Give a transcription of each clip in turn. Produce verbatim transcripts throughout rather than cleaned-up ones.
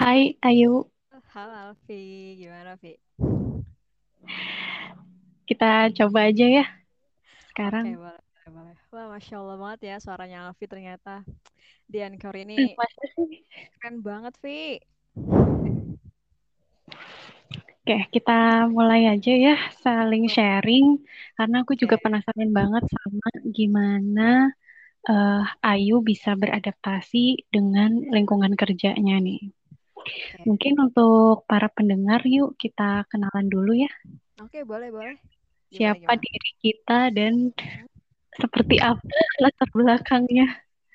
Hai Ayu, Halo Alfi, gimana Vi? kita coba aja ya Oke, sekarang. boleh, boleh, boleh. Wah, Masya Allah banget ya suaranya Alfi ternyata. Di Anchor ini Eh, Masa sih? keren banget, Vi. Oke, kita mulai aja ya saling Oke, sharing karena aku juga penasaran banget sama gimana eh, Ayu bisa beradaptasi dengan lingkungan kerjanya nih. oke. Mungkin untuk para pendengar yuk kita kenalan dulu ya. Oke, boleh, boleh. Gimana, Siapa gimana? diri kita dan Hmm? seperti apa latar belakangnya.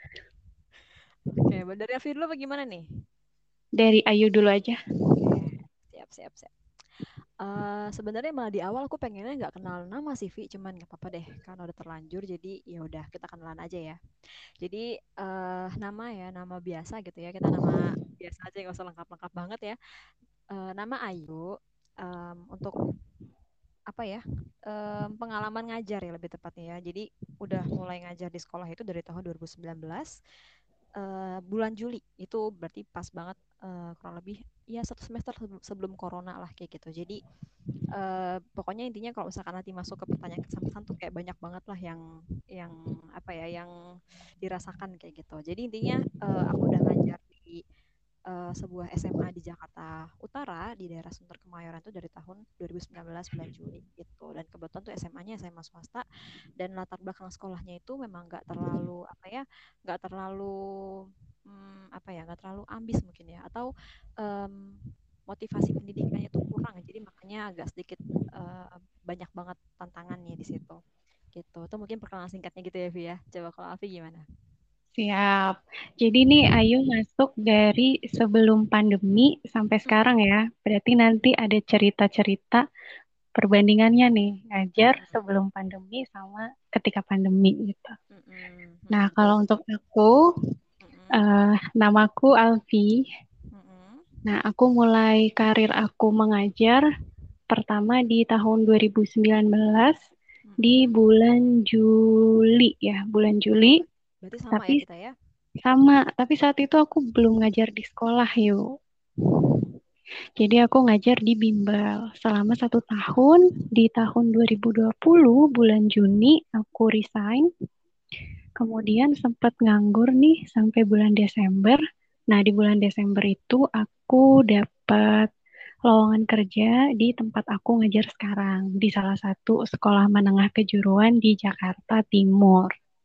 Oke, dari Alfi dulu apa gimana nih? Dari Ayu dulu aja. Oke, siap, siap, siap. Eh, sebenarnya malah di awal aku pengennya nggak kenal nama sih, Vi. Cuman nggak apa-apa deh, karena udah terlanjur. Jadi ya udah kita kenalan aja ya. Jadi eh nama ya, nama biasa gitu ya. Kita nama biasa aja, nggak usah lengkap-lengkap banget ya. Eh, nama Ayu. Em, untuk apa ya, em, pengalaman ngajar ya lebih tepatnya ya. Jadi udah mulai ngajar di sekolah itu dari tahun dua ribu sembilan belas, eh, bulan Juli. Itu berarti pas banget, eh, kurang lebih ya satu semester sebelum sebelum corona lah kayak gitu. Jadi eh, pokoknya intinya kalau misalkan nanti masuk ke pertanyaan kesan-pesan tuh kayak banyak banget lah yang yang apa ya, yang dirasakan kayak gitu. Jadi intinya eh, aku udah ngajar di eh, sebuah S M A di Jakarta Utara di daerah Sunter Kemayoran itu dari tahun dua ribu sembilan belas bulan Juli gitu. Dan kebetulan tuh S M A-nya S M A swasta, dan latar belakang sekolahnya itu memang nggak terlalu apa ya, nggak terlalu hmm, apa ya, nggak terlalu ambis mungkin ya, atau em, motivasi pendidikannya itu kurang. Jadi makanya agak sedikit eh, banyak banget tantangannya di situ. Gitu. Itu mungkin perkenalan singkatnya gitu ya, Vi ya. Coba kalau Alfi gimana? Siap. Jadi nih Ayu masuk dari sebelum pandemi sampai Mm-mm, sekarang ya. Berarti nanti ada cerita-cerita perbandingannya nih, ngajar mm-mm, sebelum pandemi sama ketika pandemi gitu. mm-mm, Nah, mm-mm. kalau Boleh, untuk boleh. aku, Mm-mm, eh, namaku Alfi. mm-mm, Nah, aku mulai karir aku mengajar pertama di tahun dua ribu sembilan belas di mm-mm. bulan Juli ya, bulan Juli. Oh, ber- berarti sama Tapi ya kita ya? sama, tapi saat itu aku belum ngajar di sekolah yuk. Jadi aku ngajar di bimbel selama satu tahun. Di tahun dua ribu dua puluh bulan Juni aku resign. Kemudian sempat nganggur nih sampai bulan Desember. Nah di bulan Desember itu aku dapat lowongan kerja di tempat aku ngajar sekarang di salah satu sekolah menengah kejuruan di Jakarta Timur.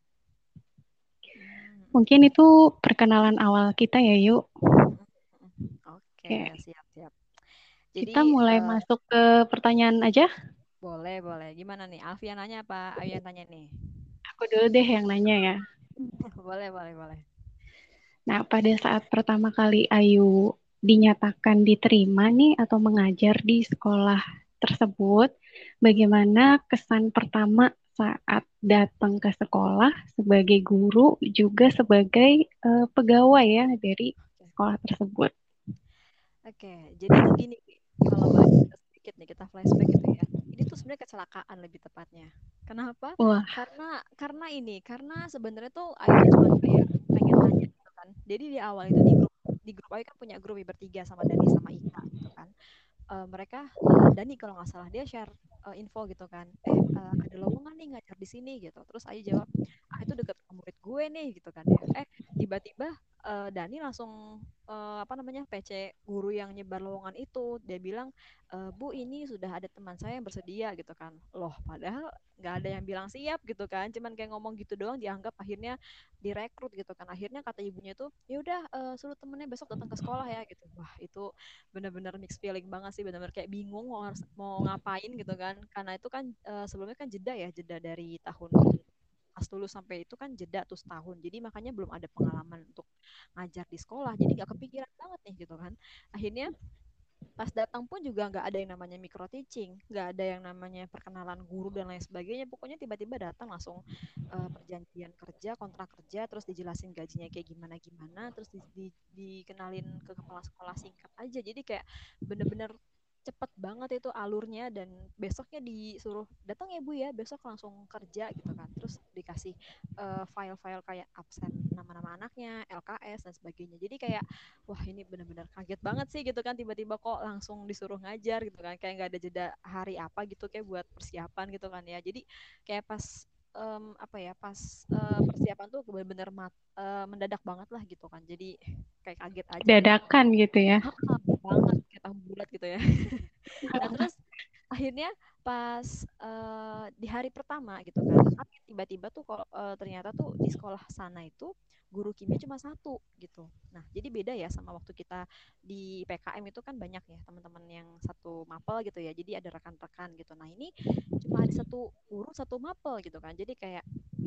Mm, Mungkin mm-mm, itu perkenalan awal kita ya yuk. mm-mm, mm-mm. Oke, Oke, siap, siap. kita Jadi, mulai eh, masuk ke pertanyaan aja. boleh, boleh. Gimana nih? Alfi yang nanya apa Ayu yang tanya nih? Aku dulu deh yang nanya ya. Boleh, boleh, boleh. Nah, pada saat pertama kali Ayu dinyatakan diterima nih atau mengajar di sekolah tersebut, bagaimana kesan pertama saat datang ke sekolah sebagai guru juga sebagai eh, pegawai ya dari Oke, sekolah tersebut? oke. Jadi tuh gini, kalau boleh cerita sedikit nih, kita flashback gitu ya. Ini tuh sebenarnya kecelakaan lebih tepatnya. Kenapa? Wah, Karena karena ini, karena sebenarnya tuh Ayu tuh cuma kayak pengen nanya gitu kan. Jadi di awal itu di grup di grup Ayu kan punya grup ya, bertiga sama Dani sama Ika gitu kan. Eh, mereka, eh, Dani kalau nggak salah dia share eh, info gitu kan, eh eh, ada lowongan nih ngajar di sini gitu. Terus Ayu jawab, ah itu deket sama murid gue nih gitu kan ya. Eh tiba-tiba eh, Dani langsung eh, apa namanya, P C guru yang nyebar lowongan itu. Dia bilang, "Eh, Bu, ini sudah ada teman saya yang bersedia gitu kan." Loh, padahal nggak ada yang bilang siap gitu kan, cuman kayak ngomong gitu doang dianggap akhirnya direkrut gitu kan. Akhirnya kata ibunya tuh, ya udah, eh, suruh temennya besok datang ke sekolah ya gitu. Wah itu bener-bener mixed feeling banget sih, bener-bener kayak bingung mau harus mau ngapain gitu kan, karena itu kan eh, sebelumnya kan jeda ya, jeda dari tahun pas lulus sampai itu kan jeda tuh setahun, jadi makanya belum ada pengalaman untuk ngajar di sekolah, jadi nggak kepikiran banget nih gitu kan. Akhirnya pas datang pun juga nggak ada yang namanya micro teaching, nggak ada yang namanya perkenalan guru dan lain sebagainya. Pokoknya tiba-tiba datang langsung eh, perjanjian kerja, kontrak kerja, terus dijelasin gajinya kayak gimana gimana, terus di, di- dikenalin ke kepala sekolah singkat aja. Jadi kayak bener-bener cepet banget itu alurnya, dan besoknya disuruh datang ya Bu ya, besok langsung kerja gitu kan. Terus dikasih eh, file-file kayak absen nama-nama anaknya, L K S dan sebagainya. Jadi kayak wah ini benar-benar kaget banget sih gitu kan, tiba-tiba kok langsung disuruh ngajar gitu kan, kayak nggak ada jeda hari apa gitu kayak buat persiapan gitu kan ya. Jadi kayak pas em, apa ya pas eh, persiapan tuh benar-benar mat- eh, mendadak banget lah gitu kan. Jadi kayak kaget aja gitu. Dadakan gitu ya. Heeh, banget kayak tahu bulat gitu ya. Nah, terus akhirnya pas eh, di hari pertama gitu kan, tapi tiba-tiba tuh kalau eh, ternyata tuh di sekolah sana itu guru kimia cuma satu gitu. Nah, jadi beda ya sama waktu kita di P K M itu kan banyak ya teman-teman yang satu mapel gitu ya. Jadi ada rekan-rekan gitu. Nah, ini cuma ada satu guru satu mapel gitu kan. Jadi kayak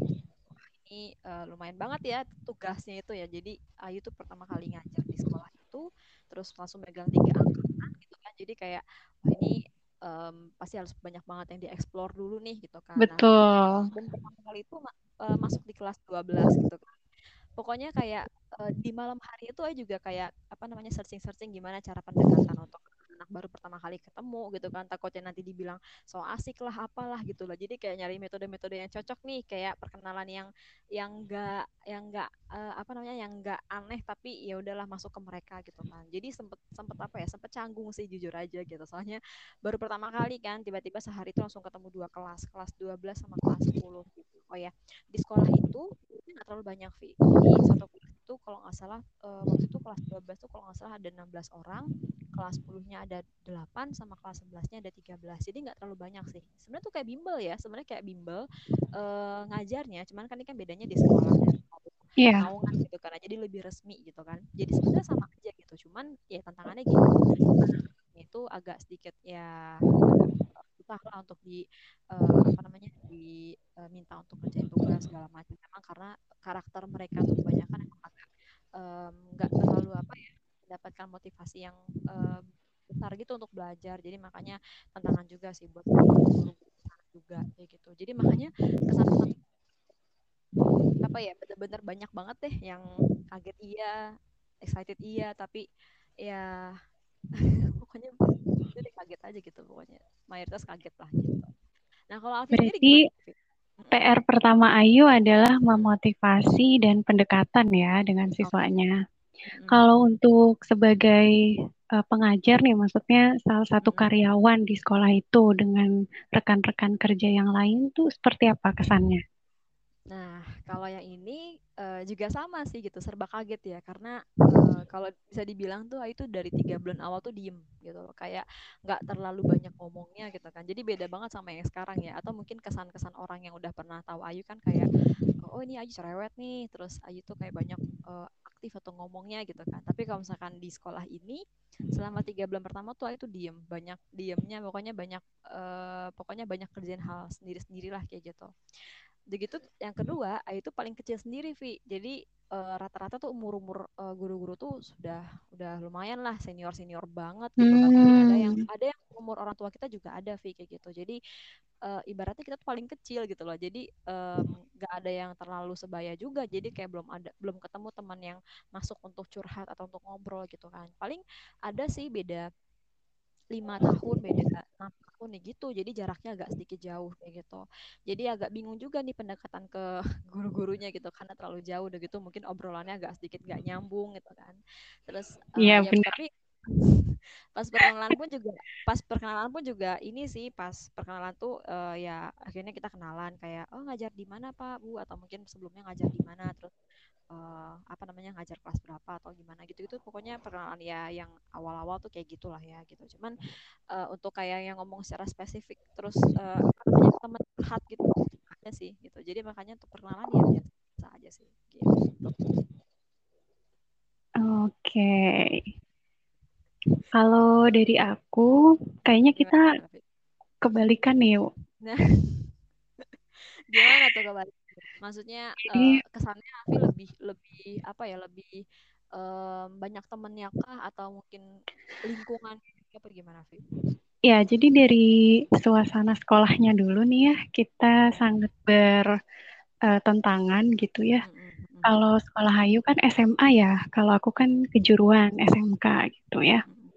ini eh, lumayan banget ya tugasnya itu ya. Jadi Ayu tuh pertama kali ngajar di sekolah itu, terus langsung megang tiga angkatan gitu kan. Jadi kayak wah ini em, pasti harus banyak banget yang dieksplor dulu nih gitu kan. Nah, Betul. dan pertama kali itu ma- eh, masuk di kelas dua belas gitu kan. Pokoknya kayak eh, di malam hari itu Ayu juga kayak apa namanya searching-searching gimana cara pendekatan untuk anak baru pertama kali ketemu gitu kan, takutnya nanti dibilang so asik lah apalah gitu loh. Jadi kayak nyari metode-metode yang cocok nih, kayak perkenalan yang yang enggak yang enggak eh, apa namanya yang enggak aneh tapi ya udahlah masuk ke mereka gitu kan. Jadi sempet sempet apa ya sempet canggung sih jujur aja gitu, soalnya baru pertama kali kan tiba-tiba sehari itu langsung ketemu dua kelas, kelas dua belas sama kelas sepuluh gitu. Oh ya, di sekolah itu nggak terlalu banyak Vi. Jadi satu kelas itu kalau nggak salah eh, waktu itu kelas dua belas tuh kalau nggak salah ada enam belas orang, kelas sepuluh-nya ada delapan, sama kelas sebelas-nya ada tiga belas. Jadi nggak terlalu banyak sih. Sebenarnya tuh kayak bimbel ya, sebenarnya kayak bimbel eh, ngajarnya, cuman kan ini kan bedanya di sekolah dan Iya, naungan gitu karena jadi lebih resmi gitu kan. Jadi sebenarnya sama aja gitu, cuman ya tantangannya gitu. Itu agak sedikit ya agak eh, susah lah untuk di eh, apa namanya diminta untuk kerjain tugas segala macam, memang karena karakter mereka tuh kebanyakan emang agak em, nggak terlalu apa ya mendapatkan motivasi yang em, besar gitu untuk belajar, jadi makanya tantangan juga sih buat si guru-guru sana juga kayak gitu. Jadi makanya kesan-kesan apa ya bener-bener banyak banget deh yang kaget iya, excited iya, tapi ya pokoknya itu deh kaget aja gitu, pokoknya mayoritas kaget lah gitu. Nah kalau Alfi sendiri berarti gimana Alfi? P R pertama Ayu adalah memotivasi dan pendekatan ya dengan Oke. siswanya. Kalau Mm-mm. untuk sebagai eh, pengajar nih, maksudnya salah satu Mm-mm. karyawan di sekolah itu dengan rekan-rekan kerja yang lain tuh seperti apa kesannya? Nah, kalau yang ini eh, juga sama sih gitu, serba kaget ya. Karena eh, kalau bisa dibilang tuh Ayu tuh dari tiga bulan awal tuh diem gitu loh. Kayak nggak terlalu banyak ngomongnya gitu kan. Jadi beda banget sama yang sekarang ya. Atau mungkin kesan-kesan orang yang udah pernah tahu Ayu kan kayak, oh ini Ayu cerewet nih. Terus Ayu tuh kayak banyak eh, aktif atau ngomongnya gitu kan. Tapi kalau misalkan di sekolah ini, selama tiga bulan pertama tuh Ayu tuh diem. Banyak diemnya, pokoknya banyak, eh, pokoknya banyak kerjaan hal sendiri-sendiri lah kayak gitu. Udah gitu yang kedua, Ayu tuh paling kecil sendiri, Vi. Jadi eh, rata-rata tuh umur-umur eh, guru-guru tuh sudah udah lumayan lah senior-senior banget gitu. Bahkan ada yang Hmm, ada yang umur orang tua kita juga ada, Vi, kayak gitu. Jadi eh, ibaratnya kita tuh paling kecil gitu loh. Jadi em, nggak ada yang terlalu sebaya juga. Jadi kayak belum ada belum ketemu teman yang masuk untuk curhat atau untuk ngobrol gitu kan. Paling ada sih beda lima tahun, beda enam tahun nih gitu, jadi jaraknya agak sedikit jauh kayak gitu. Jadi agak bingung juga nih pendekatan ke guru-gurunya gitu karena terlalu jauh udah gitu, mungkin obrolannya agak sedikit gak nyambung gitu kan. Terus eh, iya ya benar. tapi pas perkenalan pun juga pas perkenalan pun juga ini sih, pas perkenalan tuh eh, ya akhirnya kita kenalan kayak oh ngajar di mana Pak Bu, atau mungkin sebelumnya ngajar di mana, terus eh, apa namanya ngajar kelas berapa atau gimana gitu itu, pokoknya perkenalan ya yang awal-awal tuh kayak gitulah ya gitu. Cuman eh, untuk kayak yang ngomong secara spesifik terus eh, apa namanya teman curhat gitu ada sih gitu, jadi makanya untuk perkenalan ya biasa aja sih gitu. Oke. Kalau dari aku, kayaknya kita Gimana gimana Fit? kebalikan nih, yuk. Nah, gimana tuh kebalik, maksudnya eh, Jadi, kesannya Afi lebih lebih apa ya lebih em, banyak temennya kah, atau mungkin lingkungan apa gimana Fi? ya, jadi dari suasana sekolahnya dulu nih ya, kita Mm-mm. sangat bertentangan gitu ya. Mm-mm. Mm-mm. Kalau sekolah Ayu kan S M A ya, kalau aku kan kejuruan S M K gitu ya. Mm-mm.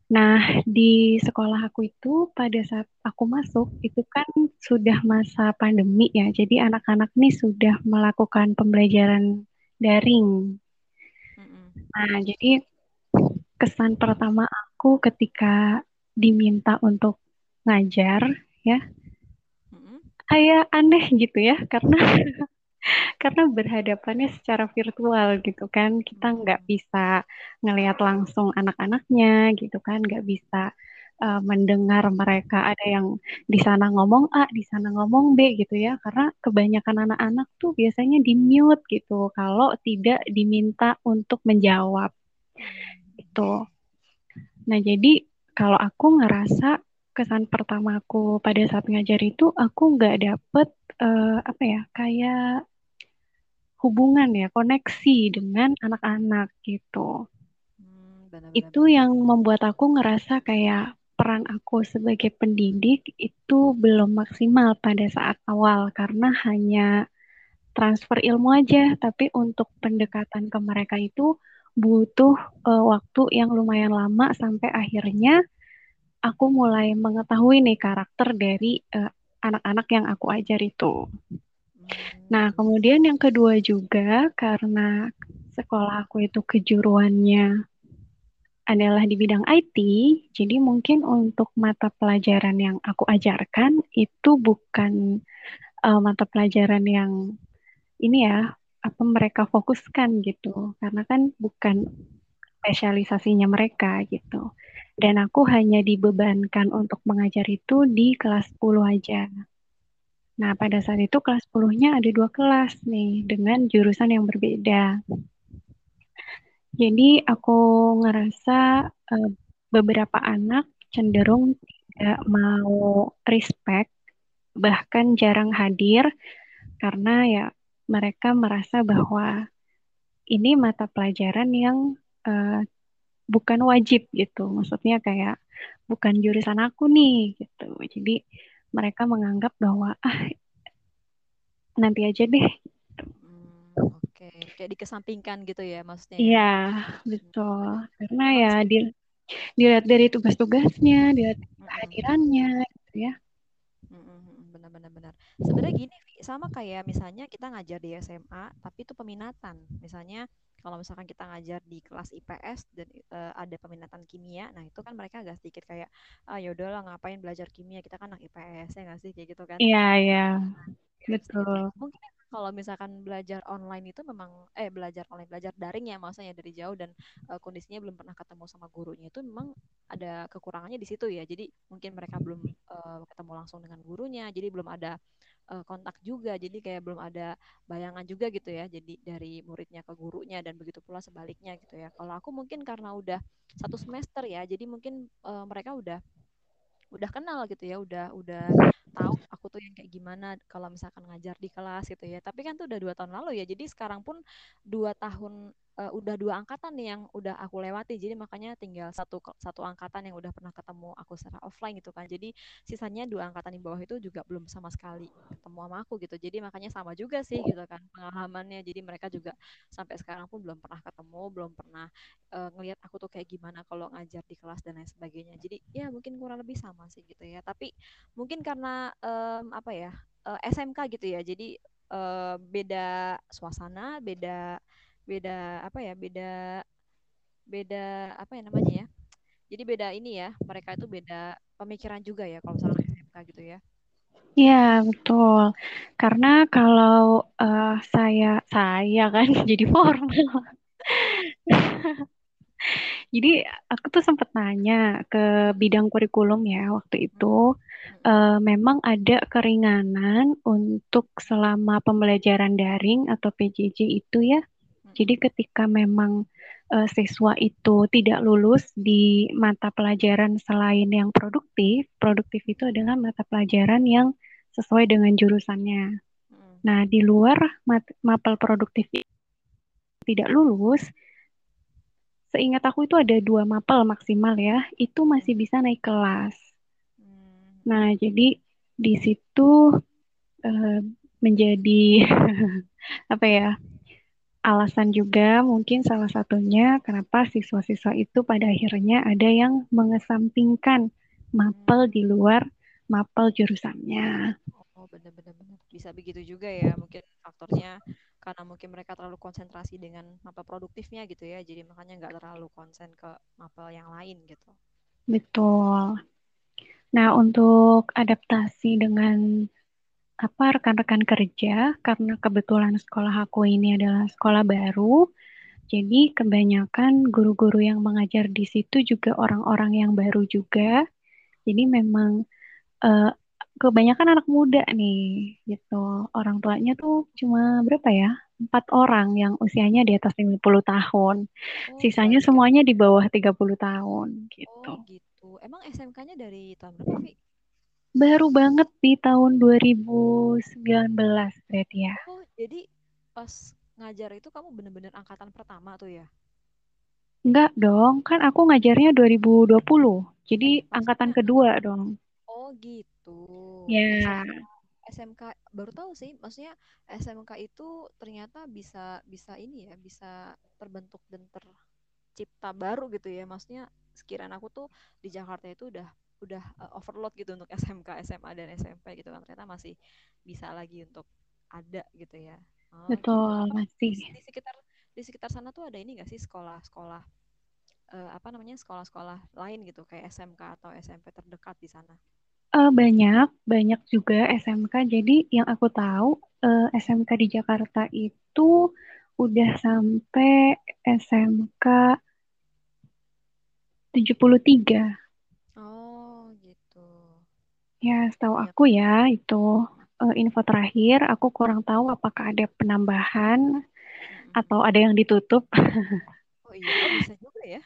Nah, di sekolah aku itu pada saat aku masuk itu kan sudah masa pandemi ya. Jadi anak-anak nih sudah melakukan pembelajaran daring. Mm-mm. Nah, jadi kesan pertama aku ketika diminta untuk ngajar ya, Mm-mm. kayak aneh gitu ya, karena karena berhadapannya secara virtual gitu kan, kita nggak Mm-mm. bisa ngelihat langsung anak-anaknya gitu kan, nggak bisa uh, mendengar mereka ada yang di sana ngomong A, di sana ngomong B gitu ya, karena kebanyakan anak-anak tuh biasanya di mute gitu kalau tidak diminta untuk menjawab Mm-mm. itu. Nah, jadi kalau aku ngerasa kesan pertamaku pada saat ngajar itu aku nggak dapet eh, apa ya, kayak hubungan ya, koneksi dengan anak-anak gitu. Hmm, Itu benar-benar. yang membuat aku ngerasa kayak peran aku sebagai pendidik itu belum maksimal pada saat awal karena hanya transfer ilmu aja, tapi untuk pendekatan ke mereka itu butuh eh, waktu yang lumayan lama sampai akhirnya aku mulai mengetahui nih karakter dari eh, anak-anak yang aku ajar itu. Nah, Hmm. kemudian yang kedua juga karena sekolah aku itu kejuruannya adalah di bidang I T, jadi mungkin untuk mata pelajaran yang aku ajarkan itu bukan eh, mata pelajaran yang ini ya, apa mereka fokuskan gitu, karena kan bukan spesialisasinya mereka gitu. Dan aku hanya dibebankan untuk mengajar itu di kelas sepuluh aja. Nah, pada saat itu kelas sepuluh-nya ada dua kelas nih dengan jurusan yang berbeda. Jadi aku ngerasa eh, beberapa anak cenderung tidak mau respect, bahkan jarang hadir karena ya mereka merasa bahwa ini mata pelajaran yang eh, bukan wajib gitu. Maksudnya kayak bukan jurusan aku nih gitu. Jadi mereka menganggap bahwa ah nanti aja deh. Hmm, oke. Kayak dikesampingkan gitu ya maksudnya ya. Iya, Hmm, betul. benar. Karena Emang ya sih. di, dilihat dari tugas-tugasnya, dilihat dari Mm-mm. kehadirannya gitu ya. Mm, mm, mm, benar-benar benar. Sebenarnya gini, Vi, sama kayak misalnya kita ngajar di S M A, tapi itu peminatan. Misalnya kalau misalkan kita ngajar di kelas I P S dan eh, ada peminatan kimia, nah itu kan mereka agak sedikit kayak, ah ya udahlah ngapain belajar kimia, kita kan anak I P S ya nggak sih kayak gitu kan? Iya, iya, Beda bisa gitu. betul. Mungkin kalau misalkan belajar online itu memang eh belajar online belajar daring ya maksudnya dari jauh dan eh, kondisinya belum pernah ketemu sama gurunya itu memang ada kekurangannya di situ ya. Jadi mungkin mereka belum eh, ketemu langsung dengan gurunya, jadi belum ada eh, kontak juga. Jadi kayak belum ada bayangan juga gitu ya. Jadi dari muridnya ke gurunya dan begitu pula sebaliknya gitu ya. Kalau aku mungkin karena udah satu semester ya, jadi mungkin eh, mereka udah udah kenal gitu ya, udah udah tahu aku tuh yang kayak gimana kalau misalkan ngajar di kelas gitu ya. Tapi kan tuh udah dua tahun lalu ya, jadi sekarang pun dua tahun eh, udah dua angkatan nih yang udah aku lewati. Jadi makanya tinggal satu satu angkatan yang udah pernah ketemu aku secara offline gitu kan. Jadi sisanya dua angkatan di bawah itu juga belum sama sekali ketemu sama aku gitu. Jadi makanya sama juga sih gitu kan pengalamannya. Jadi mereka juga sampai sekarang pun belum pernah ketemu, belum pernah uh, ngelihat aku tuh kayak gimana kalau ngajar di kelas dan lain sebagainya. Jadi ya mungkin kurang lebih sama sih gitu ya. Tapi mungkin karena um, apa ya uh, S M K gitu ya. Jadi uh, beda suasana, beda beda apa ya, beda beda apa ya namanya ya. Jadi beda ini ya. Mereka itu beda pemikiran juga ya kalau misalkan S M K gitu ya. Iya, betul. Karena kalau eh, saya saya kan jadi formal. Jadi aku tuh sempat nanya ke bidang kurikulum ya waktu itu. Mm-mm. Mm-mm. Eh, memang ada keringanan untuk selama pembelajaran daring atau P J J itu ya. Jadi Mm-mm. ketika memang eh, siswa itu tidak lulus di mata pelajaran selain yang produktif, produktif itu adalah mata pelajaran yang sesuai dengan jurusannya. Mm-mm. Nah, di luar mat- mapel produktif tidak lulus, seingat aku itu ada dua mapel maksimal ya, itu masih Mm-mm. bisa naik kelas. Nah, Mm-mm. jadi di situ eh, menjadi apa ya? alasan juga mungkin salah satunya kenapa siswa-siswa itu pada akhirnya ada yang mengesampingkan mapel Hmm. di luar mapel jurusannya. Oh, bener-bener bener. Bisa begitu juga ya. Mungkin faktornya karena mungkin mereka terlalu konsentrasi dengan mapel produktifnya gitu ya. Jadi makanya nggak terlalu konsen ke mapel yang lain gitu. Betul. Nah, untuk adaptasi dengan apa rekan-rekan kerja, karena kebetulan sekolah aku ini adalah sekolah baru, jadi kebanyakan guru-guru yang mengajar di situ juga orang-orang yang baru juga. Jadi memang eh, kebanyakan anak muda nih, gitu. Orang tuanya tuh cuma berapa ya? Empat orang yang usianya di atas lima puluh tahun. Oh, Sisanya banyak ya. semuanya di bawah tiga puluh tahun, Oh, gitu. gitu. Emang S M K-nya dari tahun berapa, Vi? Baru banget di tahun dua ribu sembilan belas berarti ya. Oh, jadi pas ngajar itu kamu bener-bener angkatan pertama tuh ya? Enggak dong, kan aku ngajarnya dua ribu dua puluh. Jadi Eh, angkatan maksudnya kedua dong. oh gitu. Ya, S M K S M K baru tahu sih, maksudnya S M K itu ternyata bisa bisa ini ya, bisa terbentuk dan tercipta baru gitu ya. Maksudnya sekiranya aku tuh di Jakarta itu udah udah uh, overload gitu untuk S M K, S M A dan S M P gitu kan. Ternyata masih bisa lagi untuk ada gitu ya. Oh gitu. betul Apa masih. di, di sekitar di sekitar sana tuh ada ini nggak sih sekolah-sekolah eh, apa namanya sekolah-sekolah lain gitu kayak S M K atau S M P terdekat di sana? Eh, banyak, banyak juga S M K. Jadi yang aku tahu eh, S M K di Jakarta itu udah sampai S M K tujuh puluh tiga. Oh gitu. Ya, setahu Banyak. aku ya itu eh, info terakhir. Aku kurang tahu apakah ada penambahan Mm-mm. atau ada yang ditutup. Oh iya, oh bisa juga ya.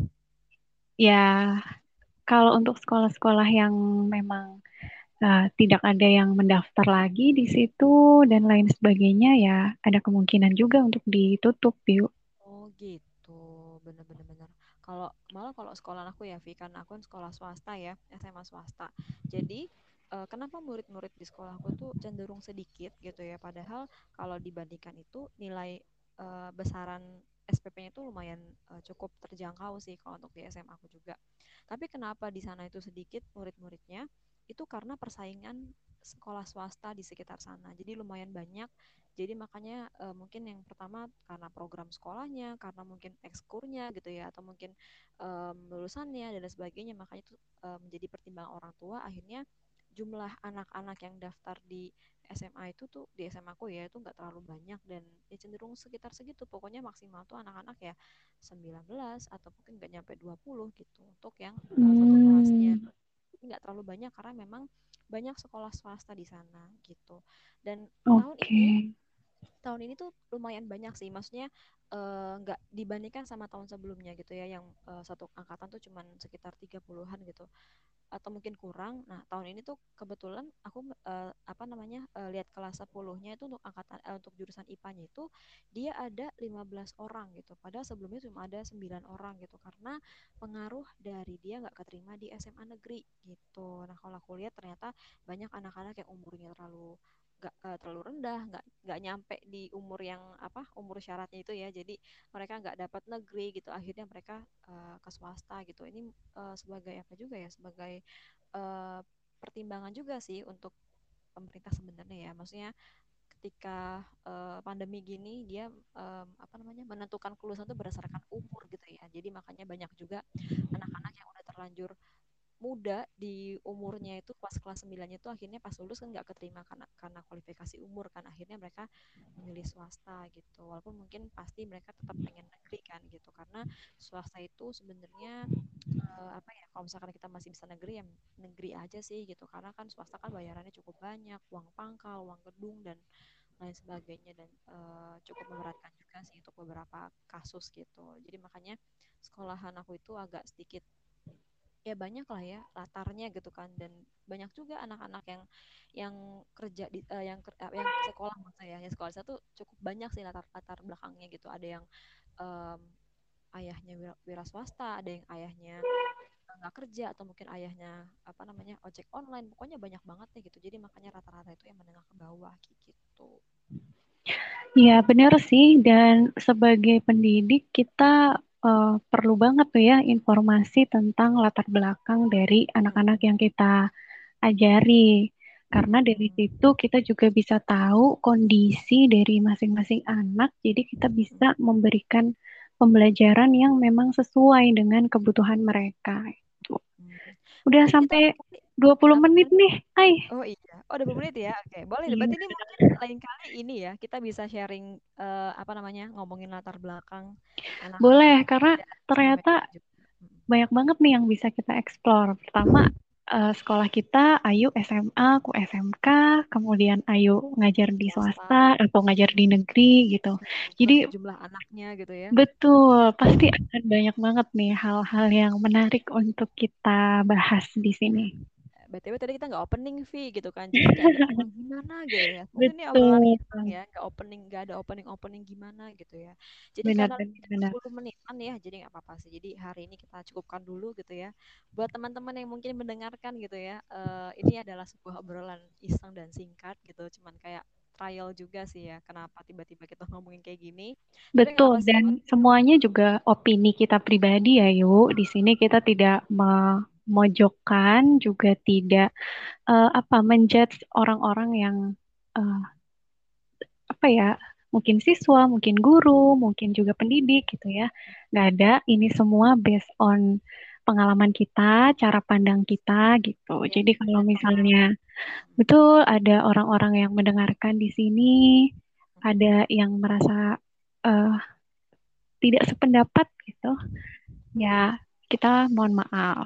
Ya, kalau untuk sekolah-sekolah yang memang eh, tidak ada yang mendaftar lagi di situ dan lain sebagainya, ya ada kemungkinan juga untuk ditutup, yuk. Oh gitu, bener-bener bener. Kalau malah kalau sekolah aku ya, Vi, karena aku kan sekolah swasta ya, S M A swasta. Jadi eh, kenapa murid-murid di sekolahku tuh cenderung sedikit gitu ya, padahal kalau dibandingkan itu nilai eh, besaran S P P-nya itu lumayan eh, cukup terjangkau sih kalau untuk di S M A aku juga. Tapi kenapa di sana itu sedikit murid-muridnya? Itu karena persaingan sekolah swasta di sekitar sana. Jadi lumayan banyak jadi makanya eh, mungkin yang pertama karena program sekolahnya, karena mungkin ekskurnya gitu ya, atau mungkin em, lulusannya dan lain sebagainya, makanya itu eh, menjadi pertimbangan orang tua. Akhirnya jumlah anak-anak yang daftar di S M A itu tuh di S M A aku ya itu nggak terlalu banyak dan ya cenderung sekitar segitu. Pokoknya maksimal tuh anak-anak ya sembilan belas atau mungkin nggak nyampe dua puluh gitu untuk yang eh, satu kelasnya. Hmm, Jadi nggak terlalu banyak karena memang banyak sekolah swasta di sana gitu. Dan tahun oke. ini tahun ini tuh lumayan banyak sih, maksudnya eh, nggak dibandingkan sama tahun sebelumnya gitu ya, yang eh, satu angkatan tuh cuman sekitar tiga puluhan-an gitu, atau mungkin kurang. Nah, tahun ini tuh kebetulan aku eh, apa namanya eh, lihat kelas sepuluh-nya itu untuk angkatan eh, untuk jurusan I P A-nya itu dia ada lima belas orang gitu. Padahal sebelumnya cuma ada sembilan orang gitu karena pengaruh dari dia nggak keterima di S M A negeri gitu. Nah, kalau aku lihat ternyata banyak anak-anak yang umurnya terlalu nggak eh, terlalu rendah, nggak nggak nyampe di umur yang apa umur syaratnya itu ya. Jadi mereka nggak dapat negeri gitu. Akhirnya mereka eh, ke swasta gitu. Ini eh, sebagai apa juga ya sebagai eh, pertimbangan juga sih untuk pemerintah sebenarnya ya maksudnya ketika eh, pandemi gini dia em, apa namanya menentukan kelulusan itu berdasarkan umur gitu ya jadi makanya banyak juga anak-anak yang udah terlanjur muda di umurnya itu pas kelas sembilan itu akhirnya pas lulus kan nggak keterima karena karena kualifikasi umur kan akhirnya mereka memilih swasta gitu walaupun mungkin pasti mereka tetap pengen negeri kan gitu karena swasta itu sebenarnya eh, apa ya kalau misalkan kita masih bisa negeri ya negeri aja sih gitu karena kan swasta kan bayarannya cukup banyak uang pangkal uang gedung dan lain sebagainya dan eh, cukup memberatkan juga sih untuk beberapa kasus gitu jadi makanya sekolahan aku itu agak sedikit ya banyak lah ya latarnya gitu kan dan banyak juga anak-anak yang yang kerja di eh, yang ker- eh, yang sekolah maksudnya ya yang sekolah saya tuh cukup banyak sih latar latar belakangnya gitu ada yang em, ayahnya wira, wira swasta ada yang ayahnya nggak kerja atau mungkin ayahnya apa namanya ojek online pokoknya banyak banget deh gitu jadi makanya rata-rata itu yang menengah ke bawah kayak gitu. Iya, benar sih. Dan sebagai pendidik, kita eh, perlu banget tuh ya informasi tentang latar belakang dari anak-anak Mm-mm. yang kita ajari. Karena dari Mm-mm. situ kita juga bisa tahu kondisi dari masing-masing anak. Jadi kita bisa Mm-mm. memberikan pembelajaran yang memang sesuai dengan kebutuhan mereka. Itu. Mm. Udah Berarti kita sampai nanti dua puluh berapa menit menit? nih. Hai. Oh iya, oh udah dua puluh menit ya. Oke, boleh deh. Iya. Berarti ini mungkin lain kali ini ya kita bisa sharing eh, apa namanya ngomongin latar belakang anak-anak Boleh, yang karena ada sama ternyata mereka juga. Mm. banyak banget nih yang bisa kita explore. Pertama, eh, sekolah kita, Ayu S M A, aku S M K, kemudian Ayu ngajar di swasta Swasta. atau ngajar di negeri gitu. Mm. Jadi Terus jumlah anaknya gitu ya. betul, pasti akan banyak banget nih hal-hal yang menarik untuk kita bahas di sini. B T W tadi kita nggak opening fee gitu kan. Jadi kayak nggak emang gimana gitu ya. Mungkin ini obrolan Betul, iseng ya, nggak opening, nggak ada opening-opening gimana gitu ya. Jadi karena benar-benar lebih dari benar. sepuluh menitan ya, jadi nggak apa-apa sih. Jadi hari ini kita cukupkan dulu gitu ya. Buat teman-teman yang mungkin mendengarkan gitu ya, eh, ini adalah sebuah obrolan iseng dan singkat gitu. Cuman kayak trial juga sih ya, kenapa tiba-tiba kita ngomongin kayak gini. Tapi nggak Betul, apa-apa sih dan buat semuanya juga opini kita pribadi ya, yuk. Di sini kita tidak memojokkan, juga tidak eh, apa menjudge orang-orang yang eh, apa ya, mungkin siswa, mungkin guru, mungkin juga pendidik gitu ya. Nggak ada, ini semua based on pengalaman kita, cara pandang kita gitu. ya Jadi kalau dan misalnya pengalaman. betul ada orang-orang yang mendengarkan di sini, ada yang merasa eh, tidak sependapat gitu, ya kita mohon maaf.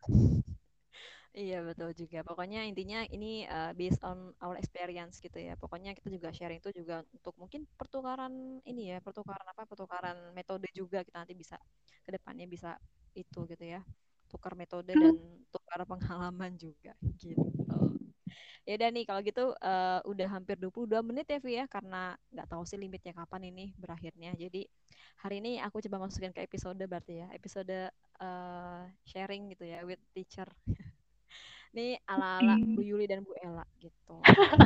Iya betul juga. Pokoknya intinya ini uh, based on our experience gitu ya. Pokoknya kita juga sharing itu juga untuk mungkin pertukaran ini ya, pertukaran apa? Pertukaran metode juga kita nanti bisa ke depannya bisa itu gitu ya. Tukar metode dan tukar pengalaman juga gitu. Ya udah nih kalau gitu uh, udah hampir dua puluh dua menit ya Vi ya karena nggak tahu sih limitnya kapan ini berakhirnya. Jadi hari ini aku coba masukin ke episode berarti ya, episode uh, sharing gitu ya with teacher. Ini ala-ala Bu Oke. Yuli dan Bu Ella gitu.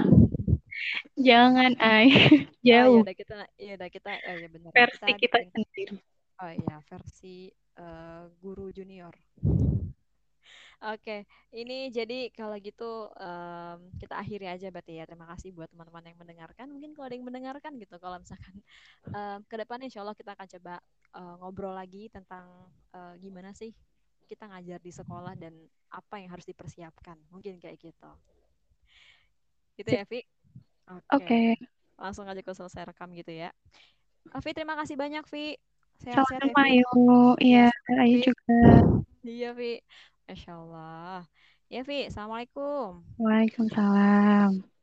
Jangan, ay, Ah ya jauh udah kita ya udah kita oh ya benar ya kita versi kita bikin sendiri. oh ya versi eh, guru junior. Oke, ini jadi kalau gitu em, kita akhiri aja berarti ya. Terima kasih buat teman-teman yang mendengarkan. Mungkin kalau ada yang mendengarkan gitu, kalau misalkan em, ke depan insya Allah kita akan coba eh, ngobrol lagi tentang eh, gimana sih kita ngajar di sekolah dan apa yang harus dipersiapkan. Mungkin kayak gitu. Gitu Sip. ya, Vi? Oke, Oke, langsung aja ke selesai rekam gitu ya. Oh, Vi, terima kasih banyak, Vi. Sehat-sehat ya, sama-sama Vi. yuk. Ya, Iya, semangat, ayo Vi. juga. Iya, Vi. Masya Allah. Ya, Vi. Assalamualaikum. Waalaikumsalam.